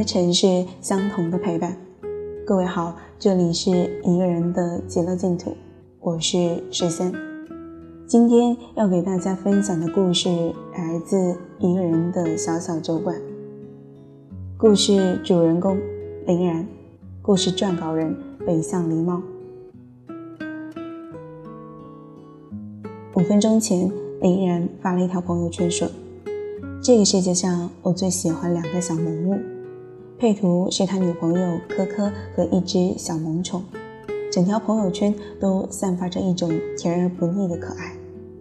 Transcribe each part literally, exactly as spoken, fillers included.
城市，相同的陪伴。各位好，这里是一个人的极乐净土，我是十三。今天要给大家分享的故事来自一个人的小小酒馆。故事主人公林然，故事撰稿人北向狸猫。五分钟前，林然发了一条朋友圈说，这个世界上我最喜欢两个小萌物，配图是他女朋友科科和一只小萌宠，整条朋友圈都散发着一种甜而不腻的可爱。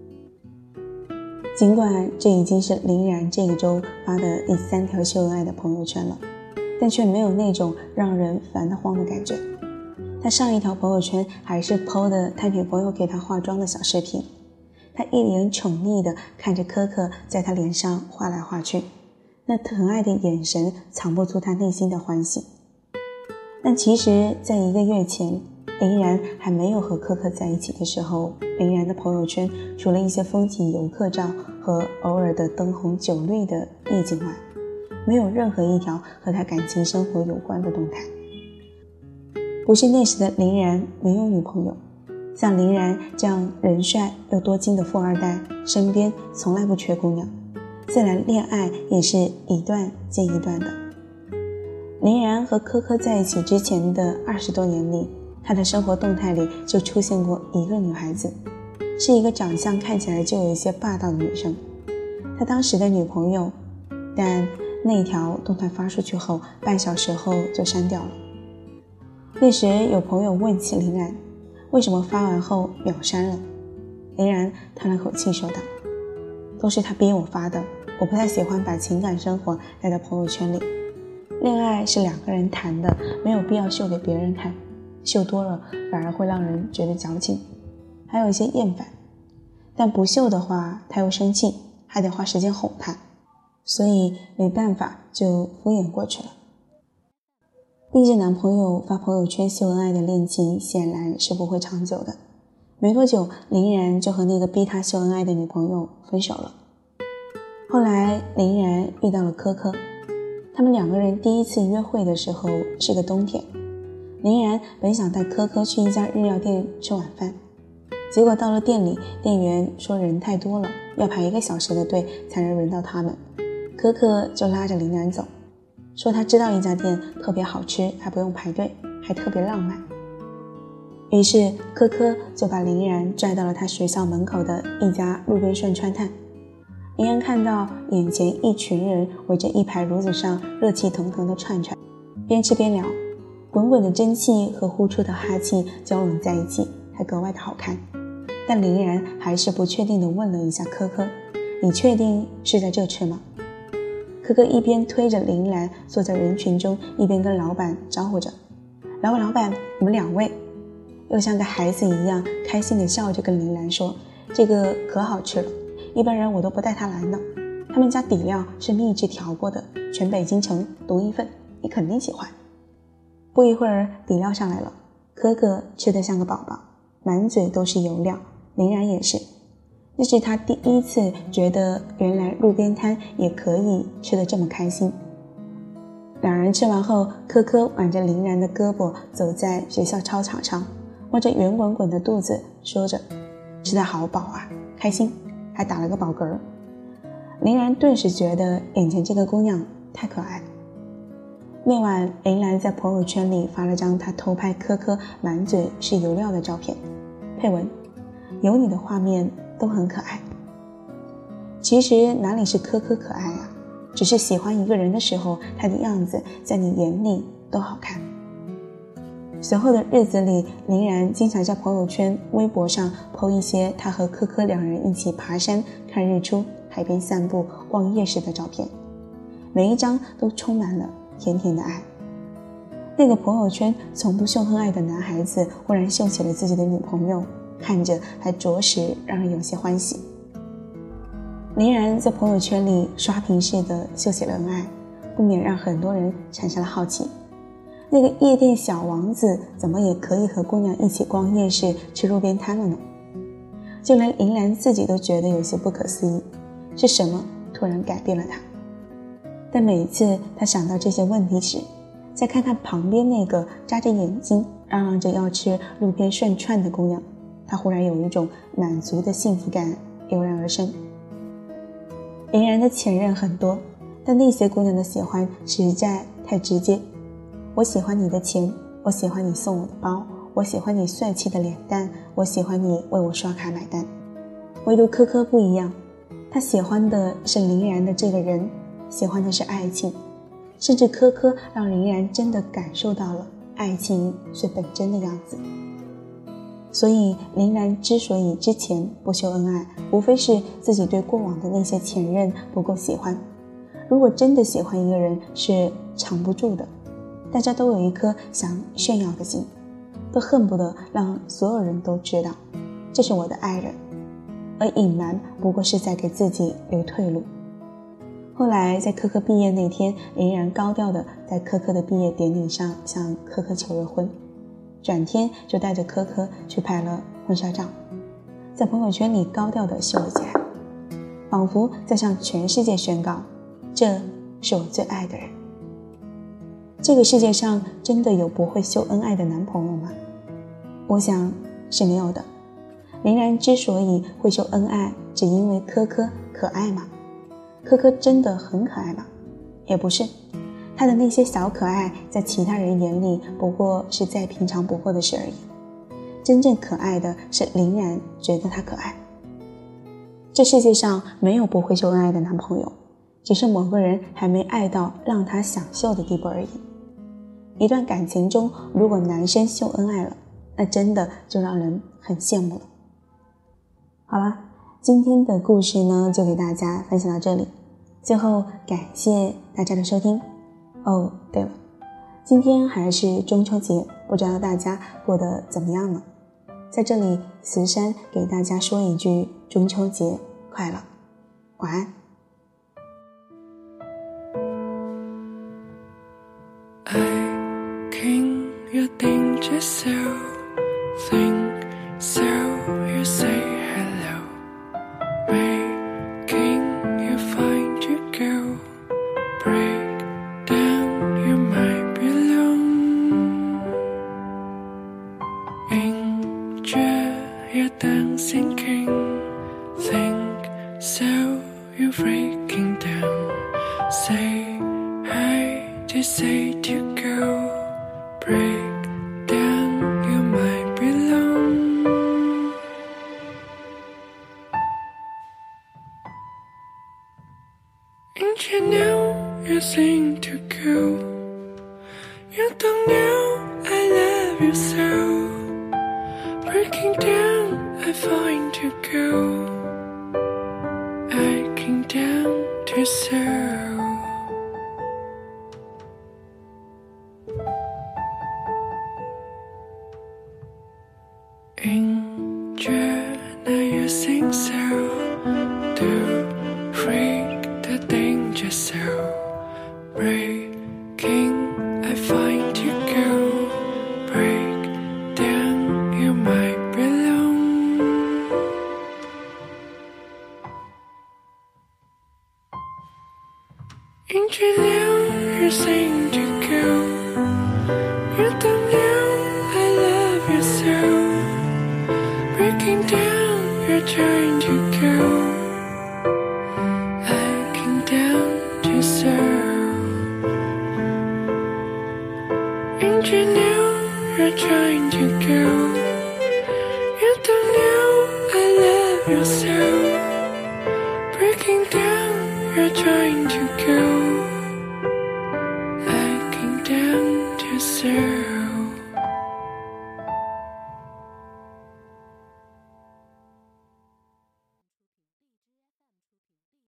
尽管这已经是林然这个周发的第三条秀恩爱的朋友圈了，但却没有那种让人烦得慌的感觉。他上一条朋友圈还是 P O 的他女朋友给他化妆的小视频，他一脸宠溺地看着科科在他脸上画来画去，那疼爱的眼神藏不住他内心的欢喜。但其实在一个月前，林然还没有和科科在一起的时候，林然的朋友圈除了一些风景游客照和偶尔的灯红酒绿的意境外，没有任何一条和他感情生活有关的动态。不是那时的林然没有女朋友，像林然这样人帅又多金的富二代，身边从来不缺姑娘，自然恋爱也是一段接一段的。林然和科科在一起之前的二十多年里，他的生活动态里就出现过一个女孩子，是一个长相看起来就有一些霸道的女生，他当时的女朋友，但那条动态发出去后半小时后就删掉了。那时有朋友问起林然，为什么发完后秒删了？林然叹了口气说道，都是他逼我发的，我不太喜欢把情感生活带到朋友圈里，恋爱是两个人谈的，没有必要秀给别人看，秀多了反而会让人觉得矫情，还有一些厌烦，但不秀的话他又生气，还得花时间哄他，所以没办法就敷衍过去了。逼着男朋友发朋友圈秀恩爱的恋情显然是不会长久的，没多久林然就和那个逼他秀恩爱的女朋友分手了。后来林然遇到了科科，他们两个人第一次约会的时候是个冬天，林然本想带科科去一家日料店吃晚饭，结果到了店里，店员说人太多了，要排一个小时的队才能轮到他们，科科就拉着林然走，说他知道一家店特别好吃，还不用排队，还特别浪漫。于是科科就把林然拽到了他学校门口的一家路边顺川摊。林然看到眼前一群人围着一排炉子上热气腾腾的串串，边吃边聊，滚滚的蒸汽和呼出的哈气交融在一起，还格外的好看。但林然还是不确定地问了一下科科，你确定是在这吃吗？科科一边推着林然坐在人群中，一边跟老板招呼着，老板老板，我们两位，又像个孩子一样开心地笑着跟林然说，这个可好吃了，一般人我都不带他来呢，他们家底料是秘制调过的，全北京城独一份，你肯定喜欢。不一会儿底料上来了，科科吃得像个宝宝，满嘴都是油料，林然也是，那是他第一次觉得原来路边摊也可以吃得这么开心。两人吃完后，科科挽着林然的胳膊走在学校操场上，摸着圆滚滚的肚子说着，吃得好饱啊，开心，还打了个饱嗝。林然顿时觉得眼前这个姑娘太可爱了。那晚林然在朋友圈里发了张她偷拍科科满嘴是油料的照片，配文，有你的画面都很可爱。其实哪里是科科可爱啊，只是喜欢一个人的时候，他的样子在你眼里都好看。随后的日子里，林然经常在朋友圈微博上 po 一些他和科科两人一起爬山看日出，海边散步逛夜市的照片，每一张都充满了甜甜的爱。那个朋友圈从不秀恩爱的男孩子忽然秀起了自己的女朋友，看着还着实让人有些欢喜。林然在朋友圈里刷屏式的秀起了恩爱，不免让很多人产生了好奇，那个夜店小王子怎么也可以和姑娘一起逛夜市吃路边摊了呢？就连林然自己都觉得有些不可思议，是什么突然改变了他？ 但每次他想到这些问题时，再看看旁边那个眨着眼睛嚷嚷着要吃路边涮串的姑娘，他忽然有一种满足的幸福感油然而生。林然的前任很多，但那些姑娘的喜欢实在太直接。我喜欢你的钱，我喜欢你送我的包，我喜欢你帅气的脸蛋，我喜欢你为我刷卡买单。唯独柯柯不一样，他喜欢的是林然的这个人，喜欢的是爱情，甚至柯柯让林然真的感受到了爱情最本真的样子。所以林然之所以之前不秀恩爱，无非是自己对过往的那些前任不够喜欢。如果真的喜欢一个人是藏不住的，大家都有一颗想炫耀的心，都恨不得让所有人都知道这是我的爱人，而隐瞒不过是在给自己留退路。后来在柯柯毕业那天，林然高调的在柯柯的毕业典礼上向柯柯求了婚，转天就带着柯柯去拍了婚纱照，在朋友圈里高调的秀了起来，仿佛在向全世界宣告，这是我最爱的人。这个世界上真的有不会秀恩爱的男朋友吗？我想是没有的。林然之所以会秀恩爱，只因为柯柯可爱吗？柯柯真的很可爱吗？也不是，他的那些小可爱在其他人眼里不过是再平常不过的事而已。真正可爱的是林然觉得他可爱。这世界上没有不会秀恩爱的男朋友，只是某个人还没爱到让他想秀的地步而已。一段感情中，如果男生秀恩爱了，那真的就让人很羡慕了。好了，今天的故事呢，就给大家分享到这里。最后感谢大家的收听。哦，对了，今天还是中秋节，不知道大家过得怎么样呢？在这里，慈山给大家说一句中秋节快乐，晚安。 You think just so, think so, you say hello, making you find you go, break down, you might be alone. Enjoy your dancing king, think so, you're breaking down, say hi, just say to go, break down, you might be alone. And you know you seem to go. You don't know I love you so. Breaking down, I find you go. I came down to serve. Enjoy, now you sing so, do freak the danger so, breaking, I find you go, break down, you might be alone. And you know you sing to go, you don't know I love you so. Breaking down, you're trying to go. I came down to serve. And you know you're trying to go. You don't know I love you so. Breaking down, you're trying to go. I came down to serve.